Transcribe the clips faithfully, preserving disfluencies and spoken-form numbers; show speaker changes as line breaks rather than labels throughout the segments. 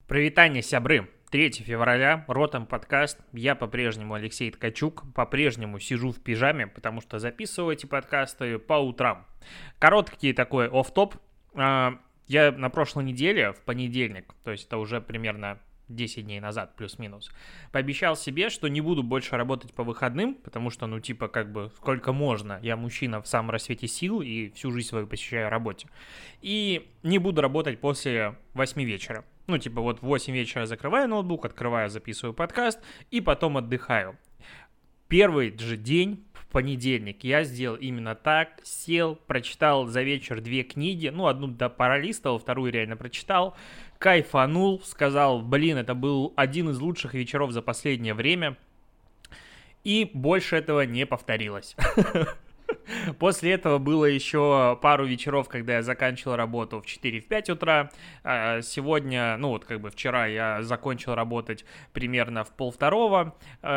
Привитание, сябры! третьего февраля, Ротом подкаст. Я по-прежнему Алексей Ткачук, по-прежнему сижу в пижаме, потому что записываю эти подкасты по утрам. Короткий такой офф-топ. А, Я на прошлой неделе, в понедельник, то есть это уже примерно десять дней назад, плюс-минус, пообещал себе, что не буду больше работать по выходным, потому что, ну, типа, как бы, сколько можно. Я мужчина в самом рассвете сил и всю жизнь свою посвящаю работе. И не буду работать после восьми вечера. Ну, типа, вот в восемь вечера закрываю ноутбук, открываю, записываю подкаст и потом отдыхаю. Первый же день, в понедельник, я сделал именно так. Сел, прочитал за вечер две книги. Ну, одну да пролистывал, вторую реально прочитал. Кайфанул, сказал, блин, это был один из лучших вечеров за последнее время. И больше этого не повторилось. После этого было еще пару вечеров, когда я заканчивал работу в четыре-пять утра. Сегодня, ну вот как бы вчера я закончил работать примерно в полвторого,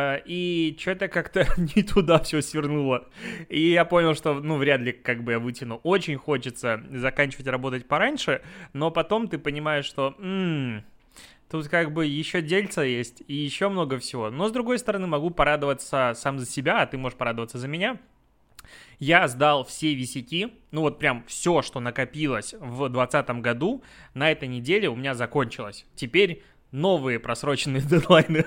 и что-то как-то не туда все свернуло. И я понял, что, ну, вряд ли как бы я вытяну. Очень хочется заканчивать работать пораньше, но потом ты понимаешь, что... М-м, тут как бы еще дельца есть и еще много всего. Но с другой стороны могу порадоваться сам за себя, а ты можешь порадоваться за меня. Я сдал все висяки, ну вот прям все, что накопилось в двадцатом году, на этой неделе у меня закончилось. Теперь новые просроченные дедлайны.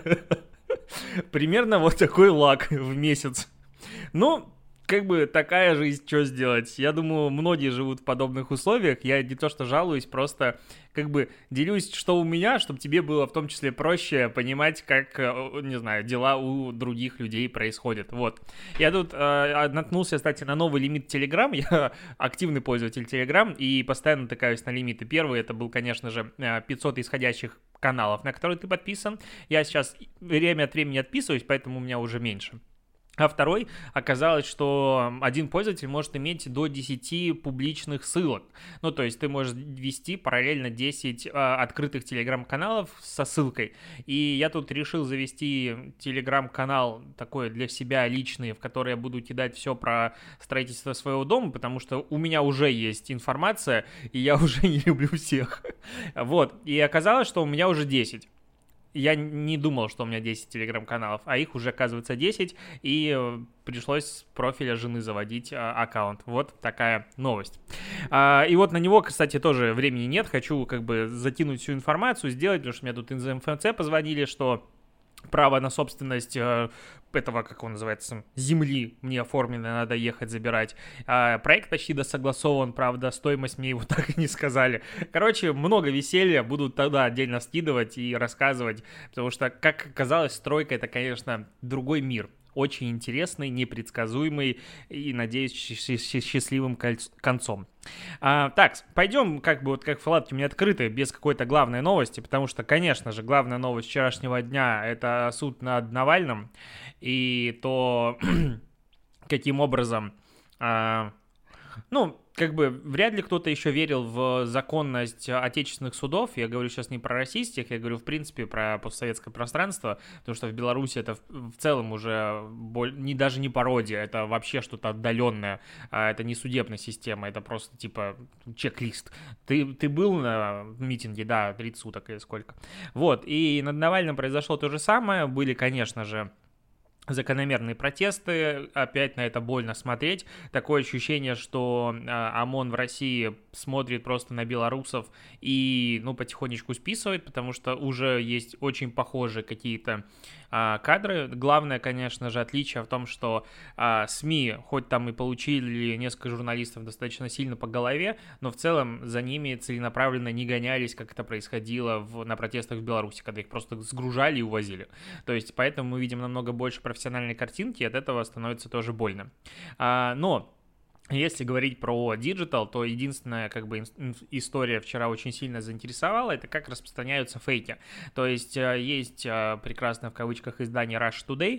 Примерно вот такой лаг в месяц. Ну, как бы такая жизнь, что сделать? Я думаю, многие живут в подобных условиях. Я не то что жалуюсь, просто как бы делюсь, что у меня, чтобы тебе было в том числе проще понимать, как, не знаю, дела у других людей происходят. Вот. Я тут э, наткнулся, кстати, на новый лимит Telegram. Я активный пользователь Telegram и постоянно натыкаюсь на лимиты. Первый это был, конечно же, пятьсот исходящих каналов, на которые ты подписан. Я сейчас время от времени отписываюсь, поэтому у меня уже меньше. А второй, оказалось, что один пользователь может иметь до десяти публичных ссылок. Ну, то есть ты можешь вести параллельно десять а, открытых телеграм-каналов со ссылкой. И я тут решил завести телеграм-канал такой для себя личный, в который я буду кидать все про строительство своего дома, потому что у меня уже есть информация, и я уже не люблю всех. Вот, и оказалось, что у меня уже десять. Я не думал, что у меня десять телеграм-каналов, а их уже, оказывается, десять, и пришлось с профиля жены заводить а, аккаунт. Вот такая новость. А, и вот на него, кстати, тоже времени нет. Хочу как бы закинуть всю информацию, сделать, потому что мне тут из эм эф цэ позвонили, что право на собственность э, этого, как он называется, земли мне оформлено, надо ехать забирать. А, проект почти досогласован, правда, стоимость мне его так и не сказали. Короче, много веселья, буду тогда отдельно скидывать и рассказывать, потому что, как оказалось, стройка — это, конечно, другой мир. Очень интересный, непредсказуемый и, надеюсь, счастливым концом. А, так, пойдем, как бы вот как вкладки у меня открыты, без какой-то главной новости, потому что, конечно же, главная новость вчерашнего дня — это суд над Навальным, и то, каким образом... А, ну, как бы вряд ли кто-то еще верил в законность отечественных судов. Я говорю сейчас не про российских, я говорю в принципе про постсоветское пространство, потому что в Беларуси это в, в целом уже боль, не, даже не пародия, это вообще что-то отдаленное. А это не судебная система, это просто типа чек-лист. Ты, ты был на митинге, да, тридцать суток или сколько. Вот, и над Навальным произошло то же самое. Были, конечно же, закономерные протесты, опять на это больно смотреть. Такое ощущение, что э, ОМОН в России смотрит просто на белорусов и, ну, потихонечку списывает, потому что уже есть очень похожие какие-то э, кадры. Главное, конечно же, отличие в том, что э, СМИ, хоть там и получили несколько журналистов достаточно сильно по голове, но в целом за ними целенаправленно не гонялись, как это происходило в, на протестах в Беларуси, когда их просто сгружали и увозили. То есть поэтому мы видим намного больше профессиональной картинки, и от этого становится тоже больно. А, но если говорить про диджитал, то единственная как бы история вчера очень сильно заинтересовала, это как распространяются фейки. То есть есть прекрасное в кавычках издание Russia Today,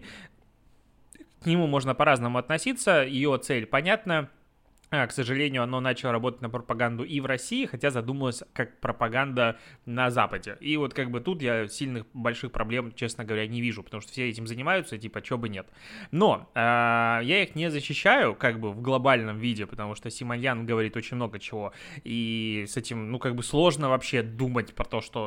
к нему можно по-разному относиться, ее цель понятна. К сожалению, оно начало работать на пропаганду и в России, хотя задумалось как пропаганда на Западе. И вот как бы тут я сильных больших проблем, честно говоря, не вижу, потому что все этим занимаются, типа, чё бы нет. Но э, я их не защищаю как бы в глобальном виде, потому что Симоньян говорит очень много чего, и с этим, ну, как бы сложно вообще думать про то, что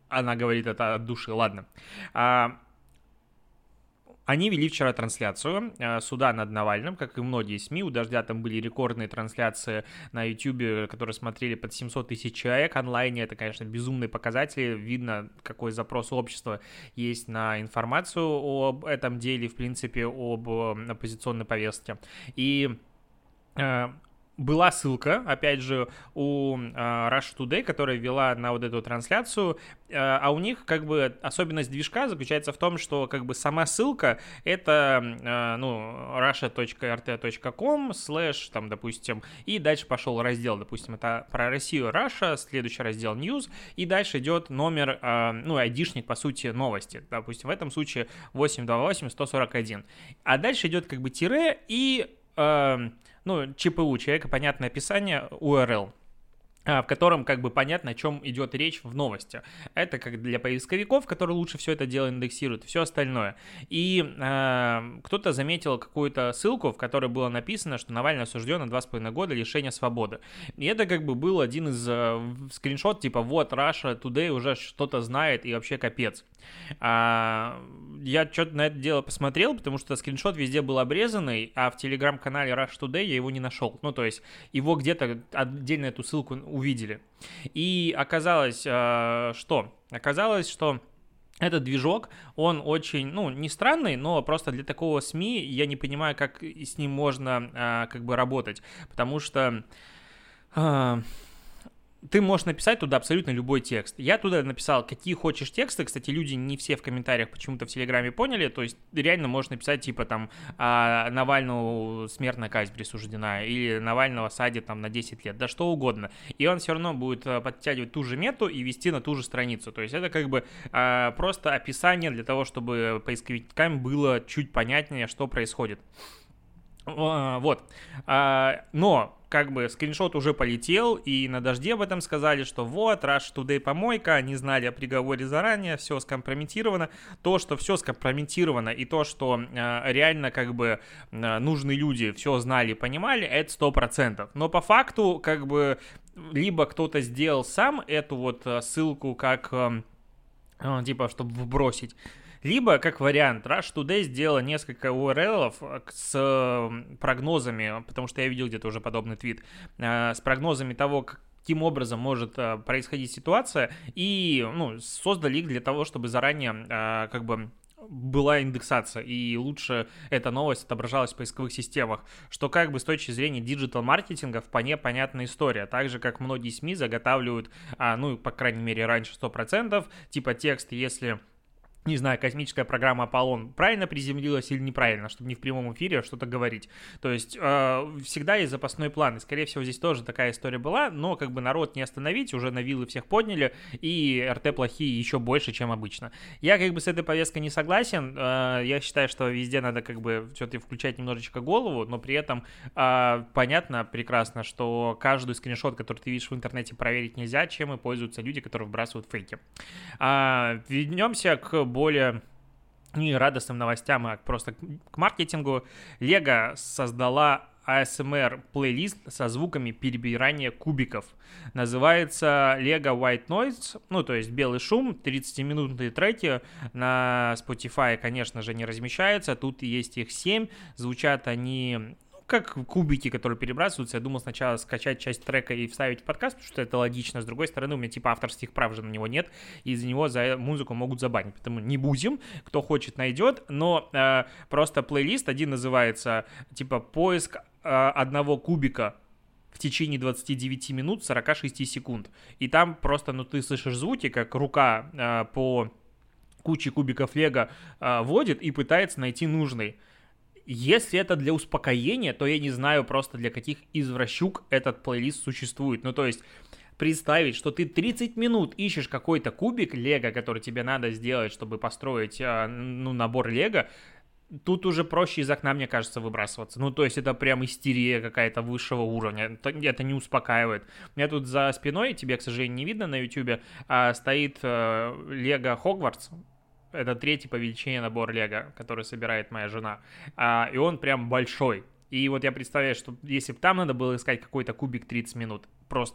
она говорит это от души, ладно. А, Они вели вчера трансляцию э, суда над Навальным, как и многие СМИ. У «Дождя» там были рекордные трансляции на YouTube, которые смотрели под семьсот тысяч человек. Онлайне это, конечно, безумные показатели. Видно, какой запрос общества есть на информацию об этом деле, в принципе, об оппозиционной повестке. И э, была ссылка, опять же, у э, Russia Today, которая вела на вот эту трансляцию, э, а у них как бы особенность движка заключается в том, что как бы сама ссылка это, э, ну, russia точка эр тэ точка ком слэш, там, допустим, и дальше пошел раздел, допустим, это про Россию Russia, следующий раздел News, и дальше идет номер, э, ну, айдишник, по сути, новости, допустим, в этом случае восемь два восемь сто сорок один, а дальше идет как бы тире и... Э, ну, ЧПУ, человека понятное описание, ю ар эл, в котором как бы понятно, о чем идет речь в новости. Это как для поисковиков, которые лучше все это дело индексируют, все остальное. И э, кто-то заметил какую-то ссылку, в которой было написано, что Навальный осужден на два с половиной года лишения свободы. И это как бы был один из э, скриншот, типа вот, Russia Today уже что-то знает и вообще капец. А, я что-то на это дело посмотрел, потому что скриншот везде был обрезанный, а в телеграм-канале Russia Today я его не нашел. Ну, то есть его где-то отдельно эту ссылку увидели. И оказалось, что? Оказалось, что этот движок, он очень, ну, не странный, но просто для такого СМИ я не понимаю, как с ним можно как бы работать, потому что... Ты можешь написать туда абсолютно любой текст. Я туда написал, какие хочешь тексты. Кстати, люди не все в комментариях почему-то в Телеграме поняли. То есть реально можешь написать, типа, там, а, Навальному смертная казнь присуждена, или Навального садят там на десять лет, да что угодно. И он все равно будет подтягивать ту же мету и вести на ту же страницу. То есть это как бы а, просто описание для того, чтобы поисковикам было чуть понятнее, что происходит. Вот. Но как бы скриншот уже полетел, и на «Дожде» об этом сказали, что вот, Russia Today помойка, они знали о приговоре заранее, все скомпрометировано. То, что все скомпрометировано, и то, что э, реально как бы э, нужные люди все знали и понимали, это сто процентов. Но по факту как бы либо кто-то сделал сам эту вот ссылку как э, э, типа, чтобы вбросить, либо, как вариант, Russia Today сделала несколько ю ар эл с прогнозами, потому что я видел где-то уже подобный твит, с прогнозами того, каким образом может происходить ситуация, и ну, создали их для того, чтобы заранее как бы была индексация, и лучше эта новость отображалась в поисковых системах, что как бы с точки зрения диджитал-маркетинга вполне понятная история, так же, как многие СМИ заготавливают, ну, по крайней мере, раньше сто процентов, типа текст, если... не знаю, космическая программа «Аполлон» правильно приземлилась или неправильно, чтобы не в прямом эфире что-то говорить. То есть э, всегда есть запасной план, и, скорее всего, здесь тоже такая история была, но как бы народ не остановить, уже на вилы всех подняли, и эр тэ плохие еще больше, чем обычно. Я как бы с этой повесткой не согласен, э, я считаю, что везде надо как бы все-таки включать немножечко голову, но при этом э, понятно прекрасно, что каждый скриншот, который ты видишь в интернете, проверить нельзя, чем и пользуются люди, которые вбрасывают фейки. Э, вернемся к более не радостным новостям, а просто к маркетингу. Lego создала эй эс эм ар-плейлист со звуками перебирания кубиков. Называется Lego White Noise, ну, то есть белый шум, тридцатиминутные треки. На Spotify, конечно же, не размещаются. Тут есть их семь. Звучат они... как кубики, которые перебрасываются. Я думал сначала скачать часть трека и вставить в подкаст, потому что это логично. С другой стороны, у меня типа авторских прав же на него нет, и из-за него за музыку могут забанить. Поэтому не будем. Кто хочет, найдет. Но э, просто плейлист один называется типа «Поиск э, одного кубика в течение двадцати девяти минут сорока шести секунд». И там просто, ну, ты слышишь звуки, как рука э, по куче кубиков Лего э, водит и пытается найти нужный. Если это для успокоения, то я не знаю просто для каких извращук этот плейлист существует. Ну, то есть, представить, что ты тридцать минут ищешь какой-то кубик Лего, который тебе надо сделать, чтобы построить, ну, набор Лего, тут уже проще из окна, мне кажется, выбрасываться. Ну, то есть, это прям истерия какая-то высшего уровня. Это, это не успокаивает. У меня тут за спиной, тебе, к сожалению, не видно на ютубе, стоит Лего Хогвартс. Это третий по величине набор Лего, который собирает моя жена. А, и он прям большой. И вот я представляю, что если бы там надо было искать какой-то кубик тридцать минут, просто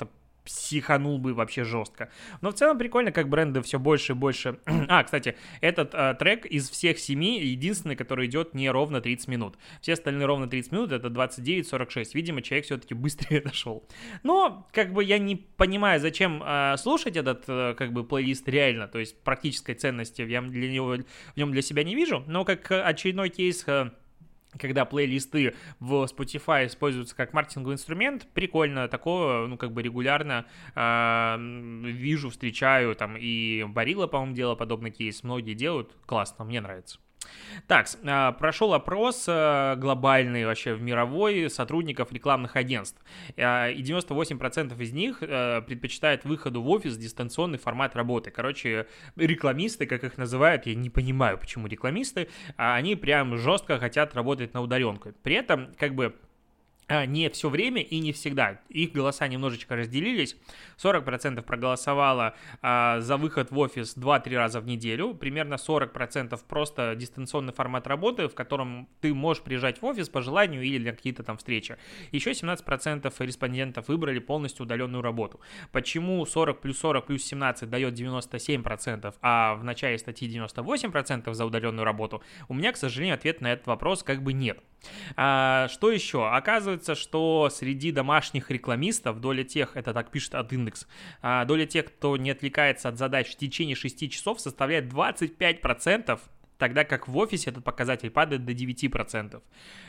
психанул бы вообще жестко. Но в целом прикольно, как бренды все больше и больше... а, кстати, этот э, трек из всех семи единственный, который идет не ровно тридцать минут. Все остальные ровно тридцать минут, это двадцать девять сорок шесть. Видимо, человек все-таки быстрее дошел. Но, как бы, я не понимаю, зачем э, слушать этот, э, как бы, плейлист реально. То есть практической ценности я для него, в нем для себя не вижу. Но как очередной кейс... Э, когда плейлисты в Spotify используются как маркетинговый инструмент, прикольно, такое, ну, как бы регулярно э, вижу, встречаю, там, и Барилла, по-моему, делала подобный кейс, многие делают, классно, мне нравится. Так, прошел опрос глобальный вообще в мировой сотрудников рекламных агентств, и девяносто восемь процентов из них предпочитают выходу в офис дистанционный формат работы. Короче, рекламисты, как их называют, я не понимаю, почему рекламисты, они прям жестко хотят работать на удаленку. При этом, как бы, не все время и не всегда. Их голоса немножечко разделились. сорок процентов проголосовало а, за выход в офис два-три раза в неделю. Примерно сорок процентов просто дистанционный формат работы, в котором ты можешь приезжать в офис по желанию или для какие-то там встречи. Еще семнадцать процентов респондентов выбрали полностью удаленную работу. Почему сорок плюс сорок плюс семнадцать дает девяносто семь процентов, а в начале статьи девяносто восемь процентов за удаленную работу? У меня, к сожалению, ответ на этот вопрос как бы нет. А, что еще? Оказывается, что среди домашних рекламистов доля тех, это так пишет от Индекс, а, доля тех, кто не отвлекается от задач в течение шести часов, составляет двадцать пять процентов, тогда как в офисе этот показатель падает до девять процентов.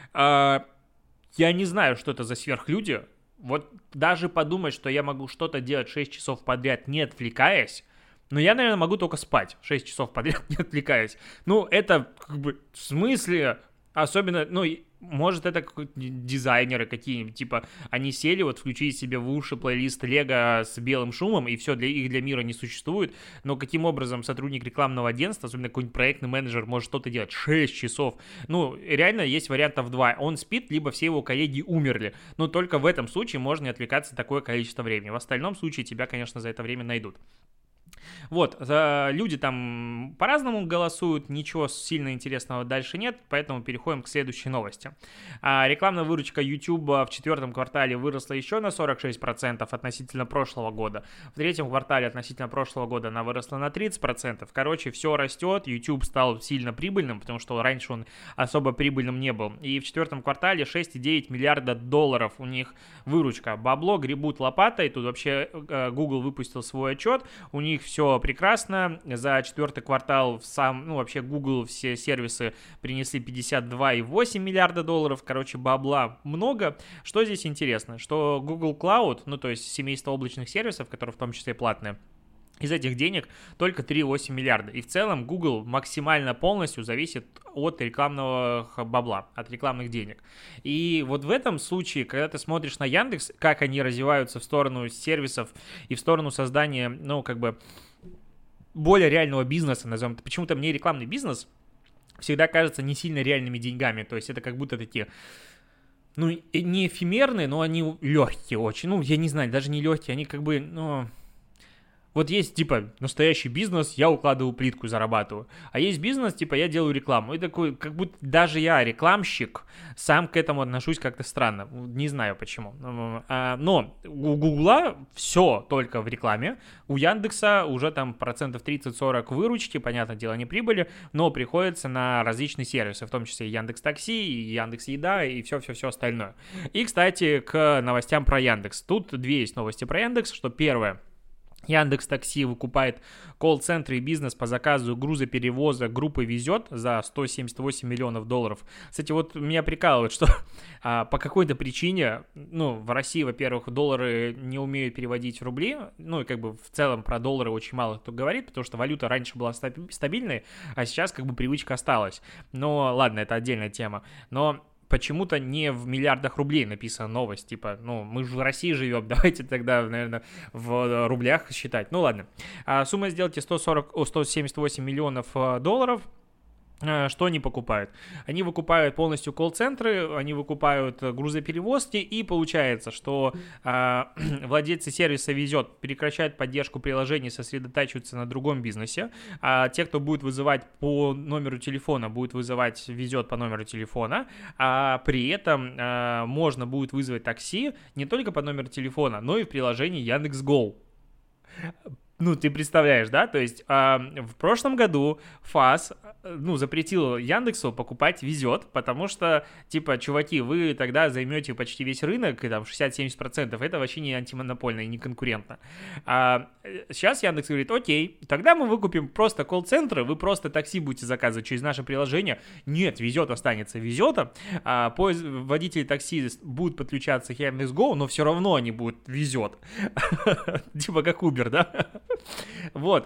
А, я не знаю, что это за сверхлюди. Вот даже подумать, что я могу что-то делать шесть часов подряд, не отвлекаясь, но я, наверное, могу только спать шесть часов подряд, не отвлекаясь. Ну, это как бы в смысле... Особенно, ну, может, это дизайнеры какие-нибудь, типа, они сели, вот, включили себе в уши плейлист Лего с белым шумом, и все, для их для мира не существует, но каким образом сотрудник рекламного агентства, особенно какой-нибудь проектный менеджер, может что-то делать шесть часов? Ну, реально есть вариантов два. Он спит, либо все его коллеги умерли, но только в этом случае можно не отвлекаться такое количество времени. В остальном случае тебя, конечно, за это время найдут. Вот, люди там по-разному голосуют, ничего сильно интересного дальше нет, поэтому переходим к следующей новости. Рекламная выручка YouTube в четвертом квартале выросла еще на сорок шесть процентов относительно прошлого года. В третьем квартале относительно прошлого года она выросла на тридцать процентов. Короче, все растет, YouTube стал сильно прибыльным, потому что раньше он особо прибыльным не был. И в четвертом квартале шесть целых девять десятых миллиарда долларов у них выручка. Бабло гребут лопатой, тут вообще Google выпустил свой отчет, у них все прекрасно. За четвертый квартал в сам, ну, вообще Google все сервисы принесли пятьдесят два целых восемь десятых миллиарда долларов. Короче, бабла много. Что здесь интересно? Что Google Cloud, ну, то есть семейство облачных сервисов, которые в том числе платные, из этих денег только три целых восемь десятых миллиарда. И в целом Google максимально полностью зависит от рекламного бабла, от рекламных денег. И вот в этом случае, когда ты смотришь на Яндекс, как они развиваются в сторону сервисов и в сторону создания, ну, как бы, более реального бизнеса, назовем это. Почему-то мне рекламный бизнес всегда кажется не сильно реальными деньгами. То есть это как будто такие, ну, не эфемерные, но они легкие очень. Ну, я не знаю, даже не легкие, они как бы, ну... Вот есть, типа, настоящий бизнес, я укладываю плитку и зарабатываю. А есть бизнес, типа, я делаю рекламу. И такой, как будто даже я, рекламщик, сам к этому отношусь как-то странно. Не знаю почему. Но у Гугла все только в рекламе. У Яндекса уже там процентов тридцать-сорок выручки, понятное дело, не прибыли, но приходится на различные сервисы, в том числе и Яндекс.Такси, и Яндекс.Еда, и все-все-все остальное. И, кстати, к новостям про Яндекс. Тут две есть новости про Яндекс, что первое. Яндекс.Такси выкупает колл-центры и бизнес по заказу грузоперевоза группы «Везет» за сто семьдесят восемь миллионов долларов. Кстати, вот меня прикалывает, что а, по какой-то причине, ну, в России, во-первых, доллары не умеют переводить в рубли, ну, и как бы в целом про доллары очень мало кто говорит, потому что валюта раньше была стабильной, а сейчас как бы привычка осталась. Но ладно, это отдельная тема. Но почему-то не в миллиардах рублей написана новость, типа, ну, мы же в России живем, давайте тогда, наверное, в рублях считать. Ну, ладно. А сумма сделки сто сорок, о, сто семьдесят восемь миллионов долларов. Что они покупают? Они выкупают полностью колл-центры, они выкупают грузоперевозки, и получается, что э, владельцы сервиса «Везет» прекращают поддержку приложений, сосредотачиваются на другом бизнесе, а те, кто будет вызывать по номеру телефона, будет вызывать «Везет» по номеру телефона, а при этом э, можно будет вызвать такси не только по номеру телефона, но и в приложении Яндекс.Гоу. Ну, ты представляешь, да? То есть э, в прошлом году ФАС, ну, запретил Яндексу покупать «Везет», потому что, типа, чуваки, вы тогда займете почти весь рынок, и там шестьдесят-семьдесят процентов, это вообще не антимонопольно и не конкурентно. А сейчас Яндекс говорит: окей, тогда мы выкупим просто колл-центры, вы просто такси будете заказывать через наше приложение. Нет, «Везет» останется «Везетом», а водители такси будут подключаться к Яндекс.Гоу, но все равно они будут «Везет». Типа как Uber, да? Вот.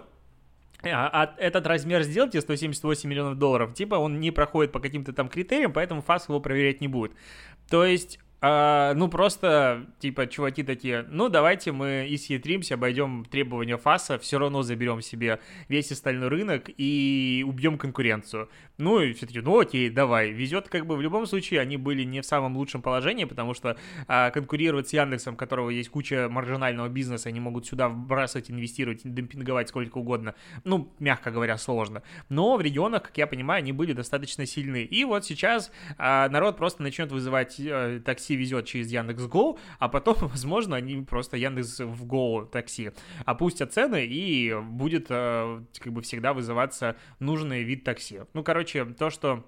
А этот размер сделки сто семьдесят восемь миллионов долларов, типа он не проходит по каким-то там критериям, поэтому ФАС его проверять не будет. То есть, а, ну просто, типа, чуваки такие: ну давайте мы исхитримся, обойдем требования ФАСа, все равно заберем себе весь остальной рынок и убьем конкуренцию. Ну и все таки, ну окей, давай. «Везет» как бы в любом случае, они были не в самом лучшем положении, потому что а, конкурировать с Яндексом, у которого есть куча маржинального бизнеса, они могут сюда вбрасывать, инвестировать, демпинговать сколько угодно. Ну, мягко говоря, сложно. Но в регионах, как я понимаю, они были достаточно сильны. И вот сейчас а, народ просто начнет вызывать а, такси «Везет» через Яндекс.Гоу, а потом, возможно, они просто Яндекс в Гоу такси опустят цены, и будет а, как бы всегда вызываться нужный вид такси. Ну, короче, то, что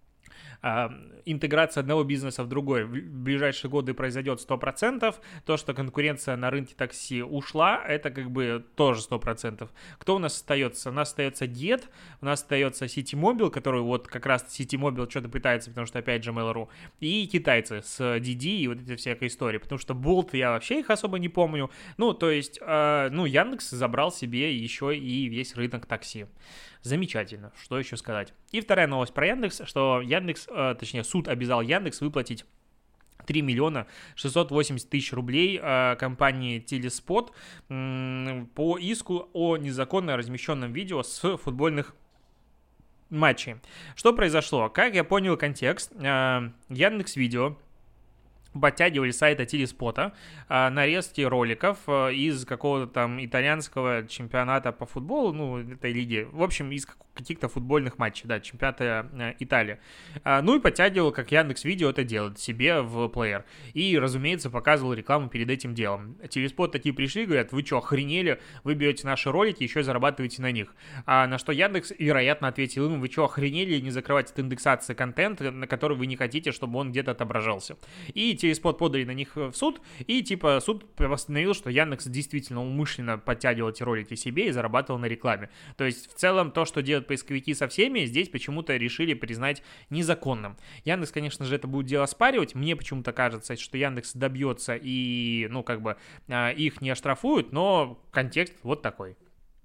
а, интеграция одного бизнеса в другой в ближайшие годы произойдет сто процентов, то, что конкуренция на рынке такси ушла, это как бы тоже сто процентов. Кто у нас остается? У нас остается Get, у нас остается Ситимобил, который вот как раз Ситимобил что-то пытается, потому что опять же Mail.ru, и китайцы с ди ди и вот эти всякая история, потому что Bolt я вообще их особо не помню. Ну, то есть, э, ну, Яндекс забрал себе еще и весь рынок такси. Замечательно, что еще сказать. И вторая новость про Яндекс, что Яндекс, э, точнее, суд обязал Яндекс выплатить три миллиона шестьсот восемьдесят тысяч рублей э, компании Телеспот э, по иску о незаконно размещенном видео с футбольных матчей. Что произошло? Как я понял контекст, э, Яндекс.Видео подтягивали с сайта Телеспота а, нарезки роликов а, из какого-то там итальянского чемпионата по футболу, ну, этой лиги, в общем, из каких-то футбольных матчей, да, чемпионата а, Италии. А, ну и подтягивал, как Яндекс.Видео это делает, себе в плеер. И, разумеется, показывал рекламу перед этим делом. Телеспот такие пришли, говорят: вы что, охренели? Вы берете наши ролики, еще и зарабатываете на них. А на что Яндекс, вероятно, ответил им: вы что, охренели? Не закрывать от индексации контента, на который вы не хотите, чтобы он где-то отображался. И Телеспот подали на них в суд, и типа суд постановил, что Яндекс действительно умышленно подтягивал эти ролики себе и зарабатывал на рекламе. То есть в целом то, что делают поисковики со всеми, здесь почему-то решили признать незаконным. Яндекс, конечно же, это будет дело оспаривать. Мне почему-то кажется, что Яндекс добьется и, ну, как бы их не оштрафуют, но контекст вот такой.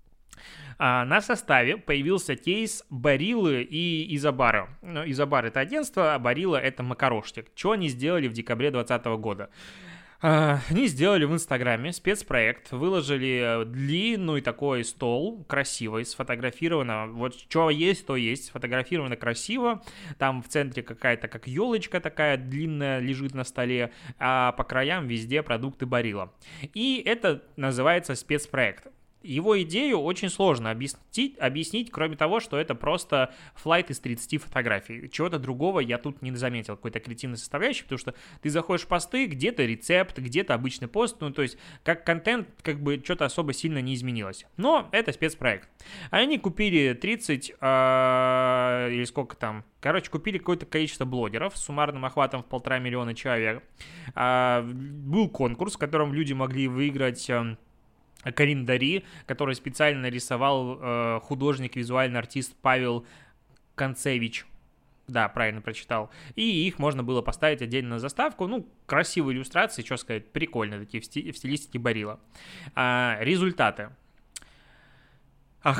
А на составе появился кейс Бариллы и Изобара. Ну, Изобар — это агентство, а Барилла — это макарошник. Что они сделали в декабре двадцатого года? А, они сделали в Инстаграме спецпроект, выложили длинный такой стол, красивый, сфотографировано. Вот что есть, то есть, сфотографировано красиво. Там в центре какая-то как елочка такая длинная лежит на столе, а по краям везде продукты Барилла. И это называется спецпроект. Его идею очень сложно объяснить, объяснить, кроме того, что это просто флайт из тридцати фотографий. Чего-то другого я тут не заметил, какой-то креативной составляющей, потому что ты заходишь в посты, где-то рецепт, где-то обычный пост, ну то есть как контент как бы что-то особо сильно не изменилось. Но это спецпроект. Они купили тридцать, э, или сколько там, короче, купили какое-то количество блогеров с суммарным охватом в полтора миллиона человек. Э, был конкурс, в котором люди могли выиграть... Э, календари, который специально рисовал э, художник, визуальный артист Павел Концевич. Да, правильно прочитал. И их можно было поставить отдельно на заставку. Ну, красивые иллюстрации, что сказать, прикольно, такие в, сти- в стилистике Барилла. А, результаты. Охват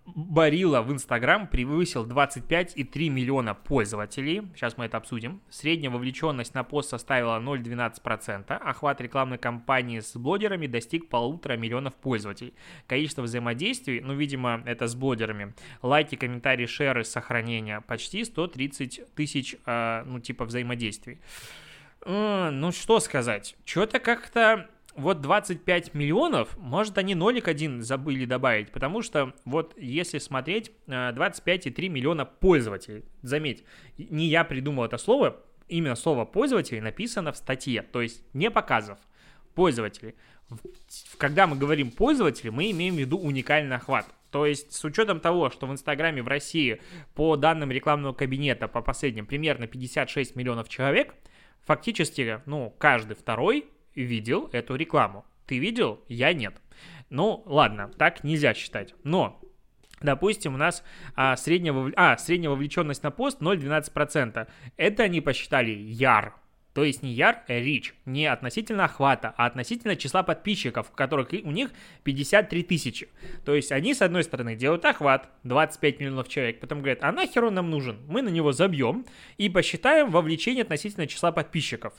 Барилла в Инстаграм превысил двадцать пять и три миллиона пользователей. Сейчас мы это обсудим. Средняя вовлеченность на пост составила ноль целых двенадцать сотых процента. Охват рекламной кампании с блогерами достиг полутора миллионов пользователей. Количество взаимодействий, ну, видимо, это с блогерами. Лайки, комментарии, шеры, сохранения. Почти сто тридцать тысяч, э, ну, типа взаимодействий. Э, ну, что сказать. Что-то как-то... Вот двадцать пять миллионов, может, они нолик один забыли добавить, потому что вот если смотреть, двадцать пять и три миллиона пользователей, заметь, не я придумал это слово, именно слово пользователей написано в статье, то есть не показов, пользователей. Когда мы говорим пользователи, мы имеем в виду уникальный охват. То есть с учетом того, что в Инстаграме в России по данным рекламного кабинета, по последним, примерно пятьдесят шесть миллионов человек, фактически, ну, каждый второй видел эту рекламу. Ты видел? Я нет. Ну, ладно, так нельзя считать. Но, допустим, у нас а, средняя, вов... а, средняя вовлеченность на пост ноль целых двенадцать сотых процента. Это они посчитали яр. То есть не яр, а рич. Не относительно охвата, а относительно числа подписчиков, которых у них пятьдесят три тысячи. То есть они, с одной стороны, делают охват, двадцать пять миллионов человек, потом говорят, а нахер он нам нужен? Мы на него забьем и посчитаем вовлечение относительно числа подписчиков.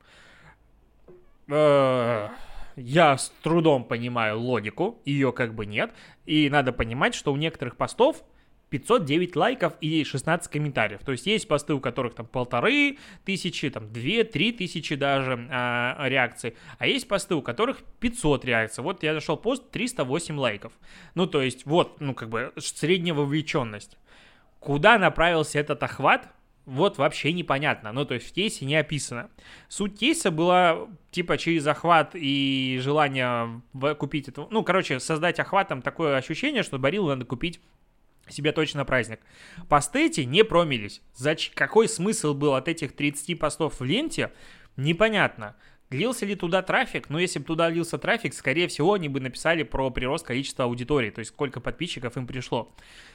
Я с трудом понимаю логику, ее как бы нет, и надо понимать, что у некоторых постов пятьсот девять лайков и шестнадцать комментариев, то есть есть посты, у которых там полторы тысячи, там две-три тысячи даже а, реакций, а есть посты, у которых пятьсот реакций. Вот я нашел пост, триста восемь лайков, ну то есть вот, ну как бы средняя вовлеченность. Куда направился этот охват? Вот вообще непонятно, ну то есть в кейсе не описано. Суть кейса была типа через охват и желание купить это, ну короче создать охватом такое ощущение, что Бариллу надо купить себе точно на праздник. Посты эти не промились. Зач... Какой смысл был от этих тридцати постов в ленте, непонятно. Лился ли туда трафик? Ну, если бы туда лился трафик, скорее всего, они бы написали про прирост количества аудитории, то есть сколько подписчиков им пришло.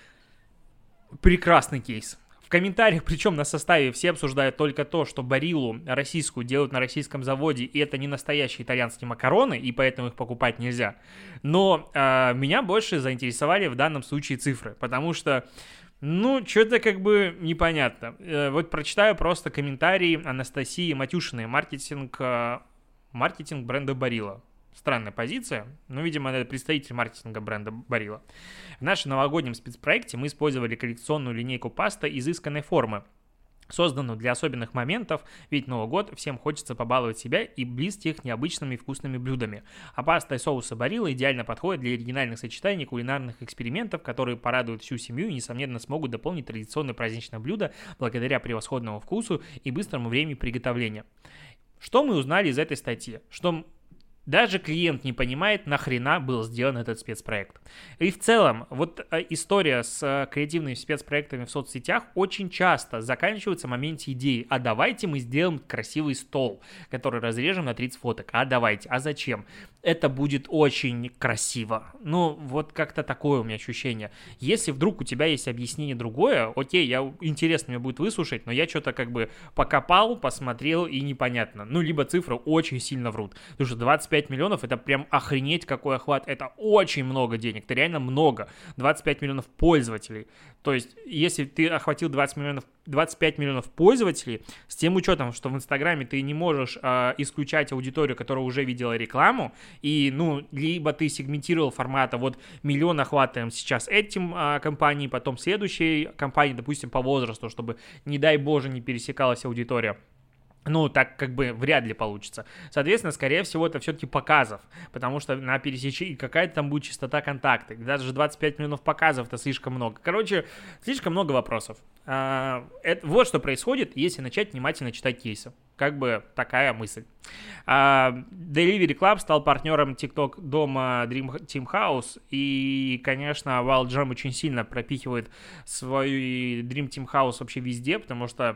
Прекрасный кейс. В комментариях, причем на составе, все обсуждают только то, что Бариллу российскую делают на российском заводе, и это не настоящие итальянские макароны, и поэтому их покупать нельзя. Но э, меня больше заинтересовали в данном случае цифры, потому что, ну, что-то как бы непонятно. Э, вот прочитаю просто комментарии Анастасии Матюшиной, маркетинг, э, маркетинг бренда Барилла. Странная позиция, но, видимо, это представитель маркетинга бренда Барилла. В нашем новогоднем спецпроекте мы использовали коллекционную линейку паста изысканной формы, созданную для особенных моментов, ведь Новый год всем хочется побаловать себя и близить их необычными вкусными блюдами. А паста и соусы Барилла идеально подходят для оригинальных сочетаний кулинарных экспериментов, которые порадуют всю семью и, несомненно, смогут дополнить традиционное праздничное блюдо благодаря превосходному вкусу и быстрому времени приготовления. Что мы узнали из этой статьи? Что даже клиент не понимает, нахрена был сделан этот спецпроект. И в целом, вот история с креативными спецпроектами в соцсетях очень часто заканчивается в моменте идеи. А давайте мы сделаем красивый стол, который разрежем на тридцать фоток. А давайте. А зачем? Это будет очень красиво. Ну, вот как-то такое у меня ощущение. Если вдруг у тебя есть объяснение другое, окей, я, интересно мне будет выслушать, но я что-то как бы покопал, посмотрел и непонятно. Ну, либо цифры очень сильно врут. Потому что двадцать пять миллионов это прям охренеть какой охват. Это очень много денег. Это реально много. двадцать пять миллионов пользователей. То есть, если ты охватил двадцать миллионов, двадцать пять миллионов пользователей, с тем учетом, что в Инстаграме ты не можешь э, исключать аудиторию, которая уже видела рекламу, и, ну, либо ты сегментировал формата, вот миллион охватываем сейчас этим э, компанией, потом следующей компании, допустим, по возрасту, чтобы, не дай боже, не пересекалась аудитория. Ну, так как бы вряд ли получится. Соответственно, скорее всего, это все-таки показов, потому что на пересечении какая-то там будет частота контакта. Даже двадцать пять миллионов показов — это слишком много. Короче, слишком много вопросов. А, это, вот что происходит, если начать внимательно читать кейсы. Как бы такая мысль. А, Delivery Club стал партнером TikTok дома Dream Team House, и, конечно, Wild Jam очень сильно пропихивает свой Dream Team House вообще везде, потому что,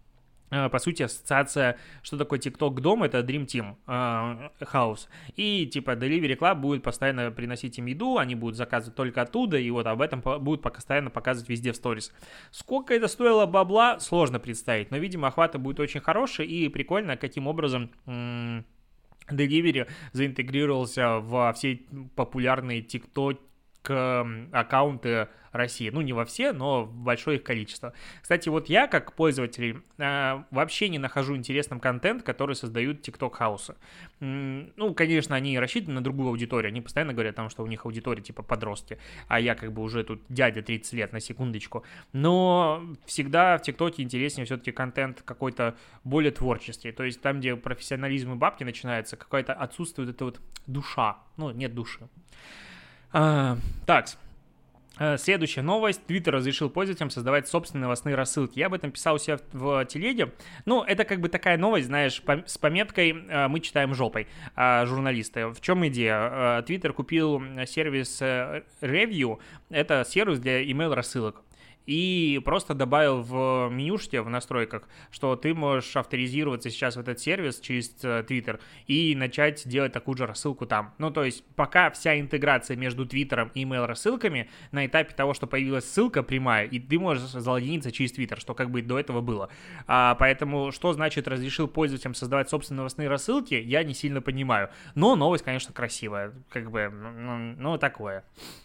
по сути, ассоциация, что такое TikTok дом, это Dream Team э, House. И типа Delivery Club будет постоянно приносить им еду, они будут заказывать только оттуда, и вот об этом будут постоянно показывать везде в сторис. Сколько это стоило бабла, сложно представить, но, видимо, охват будет очень хороший, и прикольно, каким образом Delivery заинтегрировался во все популярные TikTok к аккаунты России. Ну, не во все, но в большое их количество. Кстати, вот я, как пользователь, вообще не нахожу интересным контент, который создают TikTok хаусы. Ну, конечно, они рассчитаны на другую аудиторию. Они постоянно говорят там, что у них аудитория типа подростки, а я как бы уже тут дядя тридцать лет, на секундочку. Но всегда в ТикТоке интереснее все-таки контент какой-то более творческий. То есть там, где профессионализм и бабки начинается, какая-то отсутствует эта вот душа. Ну, нет души. А, так, следующая новость. Твиттер разрешил пользователям создавать собственные новостные рассылки. Я об этом писал у себя в, в телеге. Ну, это как бы такая новость, знаешь, по, с пометкой «Мы читаем жопой», журналисты. В чем идея? Твиттер купил сервис Review. Это сервис для email-рассылок. И просто добавил в менюшке, в настройках, что ты можешь авторизироваться сейчас в этот сервис через Twitter и начать делать такую же рассылку там. Ну, то есть, пока вся интеграция между Твиттером и email-рассылками на этапе того, что появилась ссылка прямая, и ты можешь залогиниться через Твиттер, что как бы до этого было. А, поэтому, что значит разрешил пользователям создавать собственные новостные рассылки, я не сильно понимаю. Но новость, конечно, красивая. Как бы, ну, ну такое.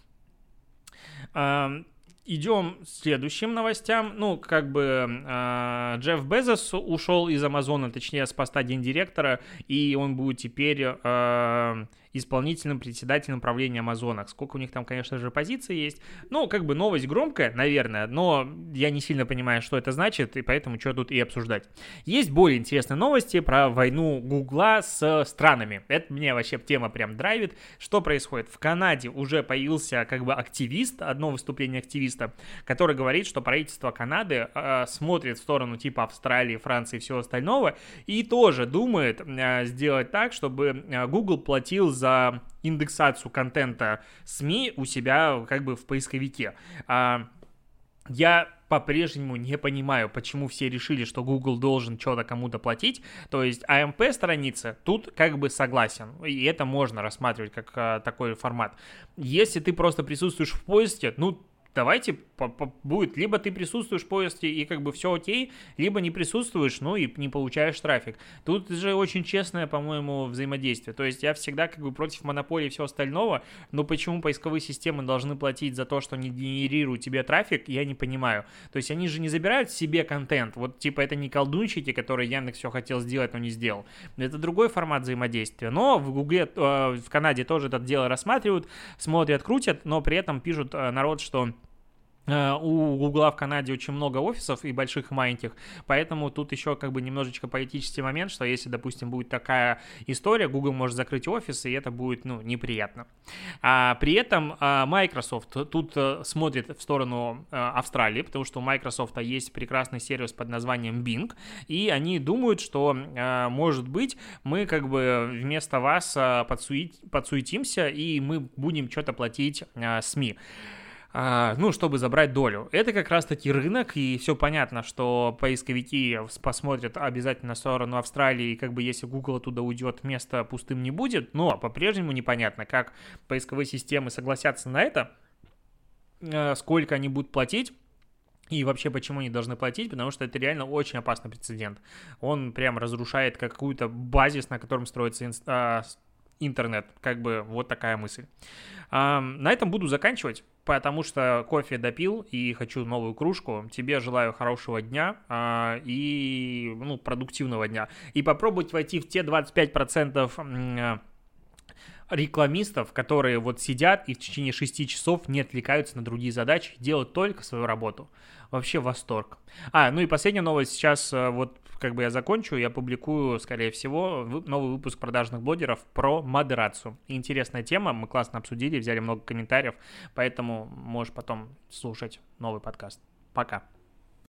А, Идем к следующим новостям. Ну, как бы э, Джефф Безос ушел из Амазона, точнее, с поста гендиректора, и он будет теперь э, исполнительным председателем правления Амазона. Сколько у них там, конечно же, позиций есть. Ну, как бы новость громкая, наверное, но я не сильно понимаю, что это значит, и поэтому что тут и обсуждать. Есть более интересные новости про войну Гугла с странами. Это мне вообще тема прям драйвит. Что происходит? В Канаде уже появился как бы активист, одно выступление активиста, который говорит, что правительство Канады э, смотрит в сторону типа Австралии, Франции и всего остального, и тоже думает э, сделать так, чтобы э, Google платил за индексацию контента СМИ у себя как бы в поисковике. А, я по-прежнему не понимаю, почему все решили, что Google должен что-то кому-то платить. То есть эй эм пи-страница тут как бы согласен, и это можно рассматривать как а, такой формат. Если ты просто присутствуешь в поиске, ну, давайте будет, либо ты присутствуешь в поиске и как бы все окей, либо не присутствуешь, ну и не получаешь трафик. Тут же очень честное, по-моему, взаимодействие. То есть я всегда как бы против монополии и всего остального, но почему поисковые системы должны платить за то, что они генерируют тебе трафик, я не понимаю. То есть они же не забирают себе контент. Вот типа это не колдунчики, которые Яндекс все хотел сделать, но не сделал. Это другой формат взаимодействия. Но в Гугле, э, в Канаде тоже это дело рассматривают, смотрят, крутят, но при этом пишут э, народ, что у Гугла в Канаде очень много офисов и больших, и маленьких, поэтому тут еще как бы немножечко политический момент, что если, допустим, будет такая история, Google может закрыть офис, и это будет, ну, неприятно. А при этом а, Microsoft тут а, смотрит в сторону а, Австралии, потому что у Microsoft есть прекрасный сервис под названием Bing, и они думают, что, а, может быть, мы как бы вместо вас а, подсует, подсуетимся, и мы будем что-то платить а, СМИ. А, ну, чтобы забрать долю. Это как раз-таки рынок, и все понятно, что поисковики посмотрят обязательно в сторону Австралии, и как бы если Google оттуда уйдет, место пустым не будет, но по-прежнему непонятно, как поисковые системы согласятся на это, сколько они будут платить, и вообще, почему они должны платить, потому что это реально очень опасный прецедент. Он прям разрушает какую-то базис, на котором строится инст- интернет, как бы вот такая мысль. На этом буду заканчивать, потому что кофе допил и хочу новую кружку. Тебе желаю хорошего дня и, ну, продуктивного дня. И попробовать войти в те двадцать пять процентов рекламистов, которые вот сидят и в течение шести часов не отвлекаются на другие задачи, делают только свою работу. Вообще восторг. А, ну и последняя новость. Сейчас вот как бы я закончу, я публикую, скорее всего, новый выпуск продажных блогеров про модерацию. Интересная тема, мы классно обсудили, взяли много комментариев, поэтому можешь потом слушать новый подкаст. Пока.